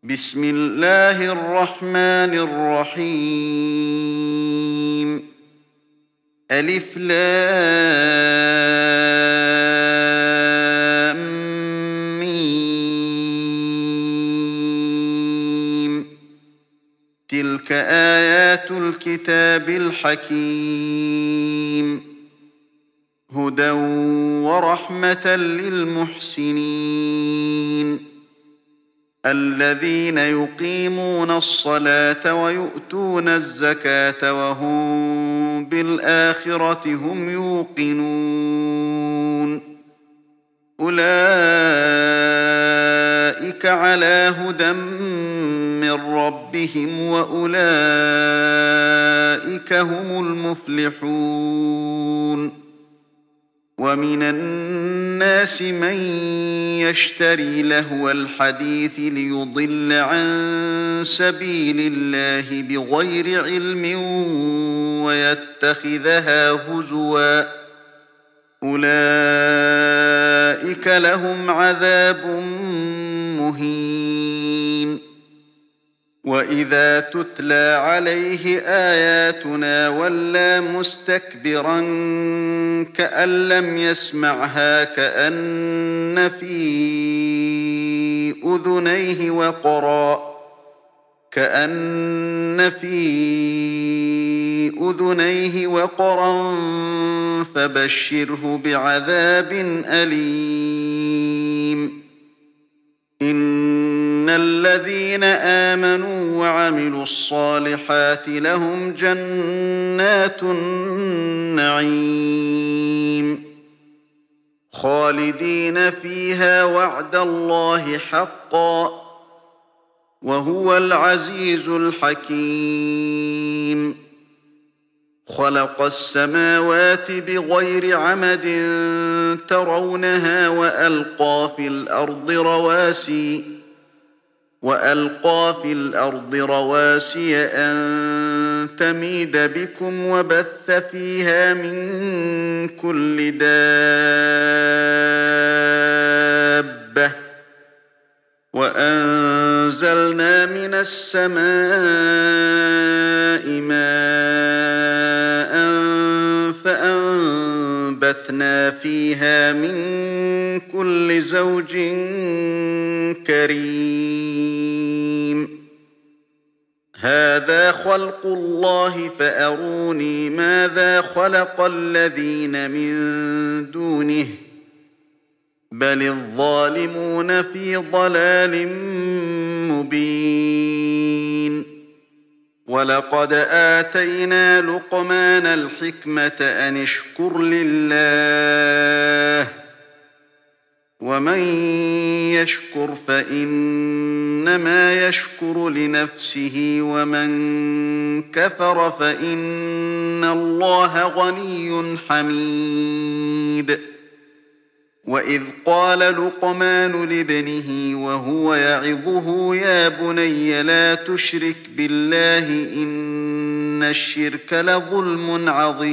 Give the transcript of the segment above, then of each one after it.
بسم الله الرحمن الرحيم. ألف لام ميم. تلك آيات الكتاب الحكيم. هدى ورحمة للمحسنين الذين يقيمون الصلاة ويؤتون الزكاة وهم بالآخرة هم يوقنون. أولئك على هدى من ربهم وأولئك هم المفلحون. ومن الناس من يشتري لهو الحديث ليضل عن سبيل الله بغير علم ويتخذها هزوا. أولئك لهم عذاب مهين. وإذا تتلى عليه آياتنا ولى مستكبرا كأن لم يسمعها كأن في أذنيه وقرا فبشره بعذاب أليم. إن الذين آمنوا وعملوا الصالحات لهم جنات النعيم خالدين فيها وعد الله حقا وهو العزيز الحكيم. خلق السماوات بغير عمد ترونها وألقى في الأرض رواسي أن تميد بكم وبث فيها من كل دابة وأنزلنا من السماء ماء فأنبتنا فيها من كل زوج كريم. هذا خلق الله فأروني ماذا خلق الذين من دونه بل الظالمون في ضلال مبين. ولقد آتينا لقمان الحكمة أن اشكر لله ومن يشكر فإنما يشكر لنفسه ومن كفر فإن الله غني حميد. وإذ قال لقمان لابنه وهو يعظه يا بني لا تشرك بالله إن الشرك لظلم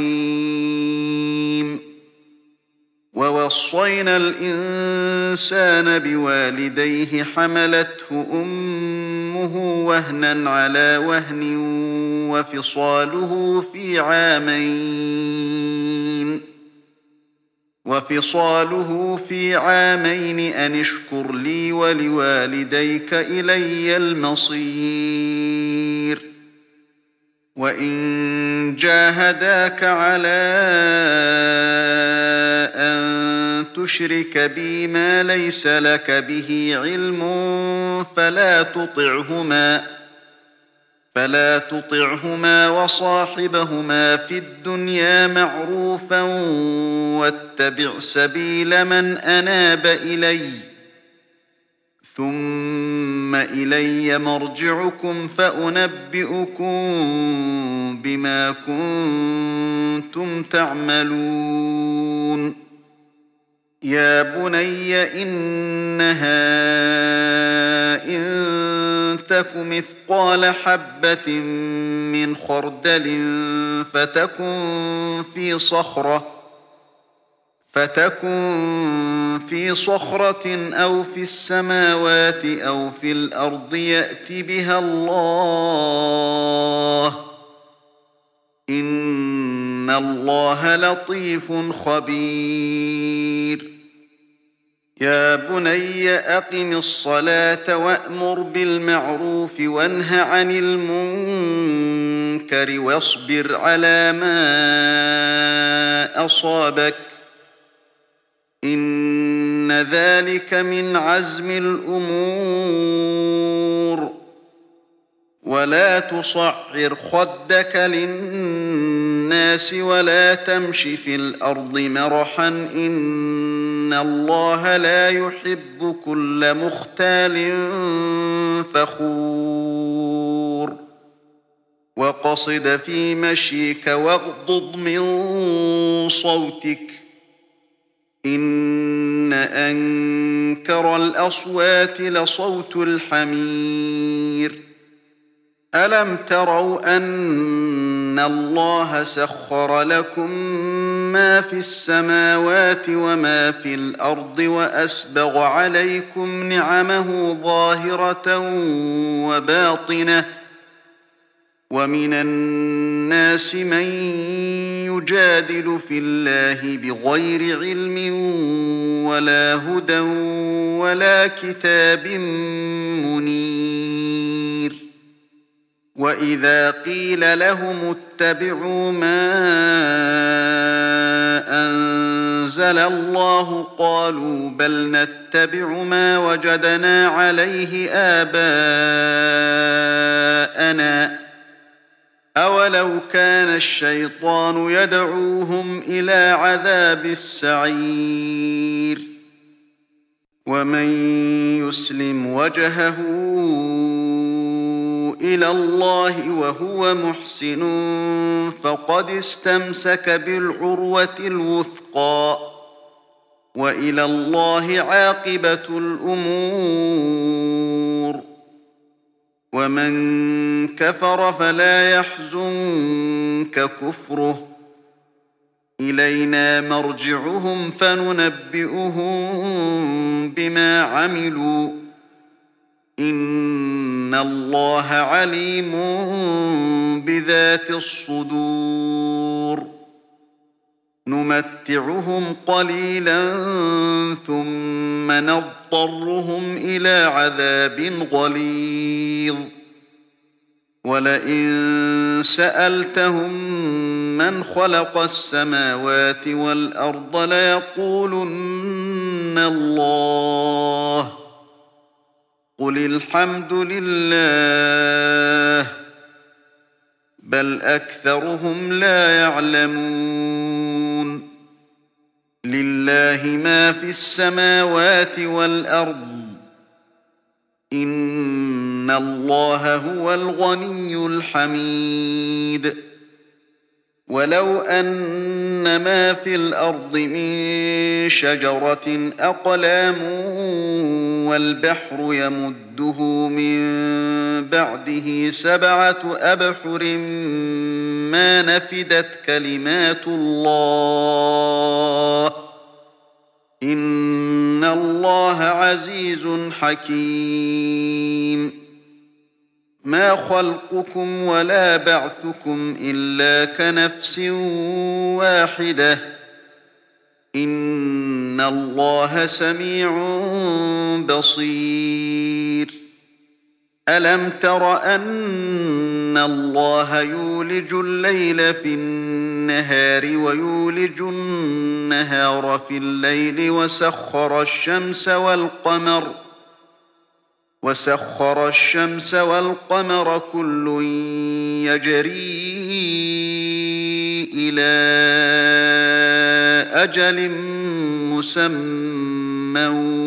عظيم. ووصينا الإنسان بوالديه حملته أمه وهنا على وهن وفصاله في عامين أن اشكر لي ولوالديك إلي المصير. وإن جاهداك على أن تشرك بي ما ليس لك به علم فلا تطعهما وصاحبهما في الدنيا معروفا واتبع سبيل من أناب إلي ثم إلي مرجعكم فأنبئكم بما كنتم تعملون. يا بني إنها إن تك مثقال حبة من خردل فتكن فتكن في صخرة أو في السماوات أو في الأرض يأت بها الله إن الله لطيف خبير يا بني أقم الصلاة وأمر بالمعروف وانه عن المنكر واصبر على ما أصابك إن ذلك من عزم الأمور ولا تصعر خدك للناس ولا تمش في الأرض مرحا إن الله لا يحب كل مختال فخور وقصد في مشيك واغضض من صوتك إن أنكر الأصوات لصوت الحمير ألم تروا أن الله سخر لكم ما في السماوات وما في الأرض وأسبغ عليكم نعمه ظاهرة وباطنة ومن الناس من يجادل في الله بغير علم ولا هدى ولا كتاب منير وإذا قيل لهم اتبعوا ما أنزل الله قالوا بل نتبع ما وجدنا عليه آباءنا أولو كان الشيطان يدعوهم إلى عذاب السعير ومن يسلم وجهه إلى الله وهو محسن فقد استمسك بالعروة الوثقى وإلى الله عاقبة الأمور ومن كفر فلا يحزنك كفره إلينا مرجعهم فننبئهم بما عملوا إن الله عليم بذات الصدور نمتعهم قليلا ثم نضطرهم إلى عذاب غليظ ولئن سألتهم من خلق السماوات والأرض ليقولن الله قل الحمد لله بل أكثرهم لا يعلمون لله ما في السماوات والأرض إن الله هو الغني الحميد ولو أن ما في الأرض من شجرة أقلام والبحر يمده من بعده 7 أبحر ما نفدت كلمات الله إن الله عزيز حكيم ما خلقكم ولا بعثكم إلا كنفس واحدة إن الله سميع بصير ألم تر أن الله يولج الليل في النهار ويولج النهار في الليل وسخر الشمس والقمر كل يجري إلى أجل مسمى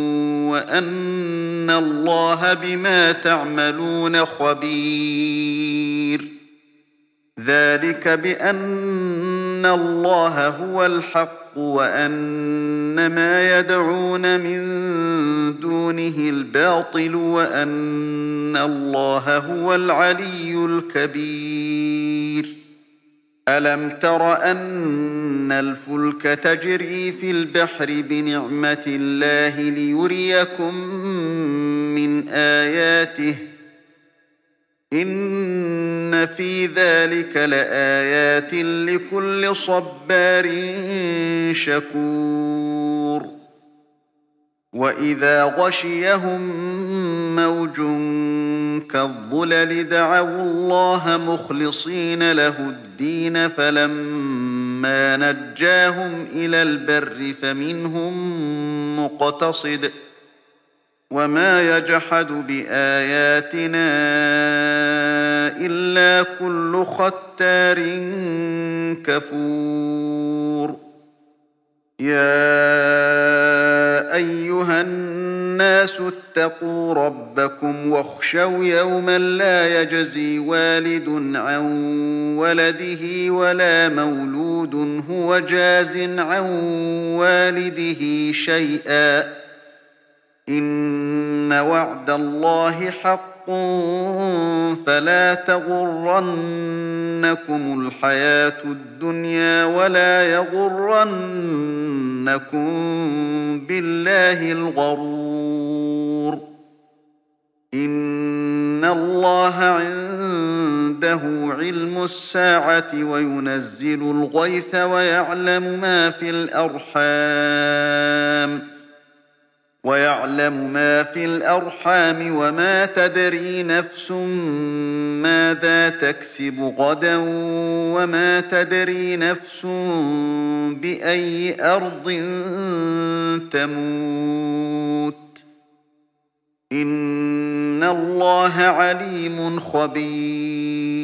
وأن الله بما تعملون خبير ذلك بأن الله هو الحق وأن ما يدعون من دونه الباطل وأن الله هو العلي الكبير ألم تر أن الفلك تجري في البحر بنعمة الله ليريكم من آياته إن في ذلك لآيات لكل صبار شكور وإذا غشيهم موج كالظلل دعوا الله مخلصين له الدين فلما نجاهم إلى البر فمنهم مقتصد وما يجحد بآياتنا إلا كل ختار كفور يا أيها الناس اتقوا ربكم واخشوا يوما لا يجزي والد عن ولده ولا مولود هو جاز عن والده شيئا إن وعد الله حق فلا تغرنكم الحياة الدنيا ولا يغرنكم بالله الغرور إن الله عنده علم الساعة وينزل الغيث ويعلم ما في الأرحام وما تدري نفس ماذا تكسب غدا وما تدري نفس بأي أرض تموت إن الله عليم خبير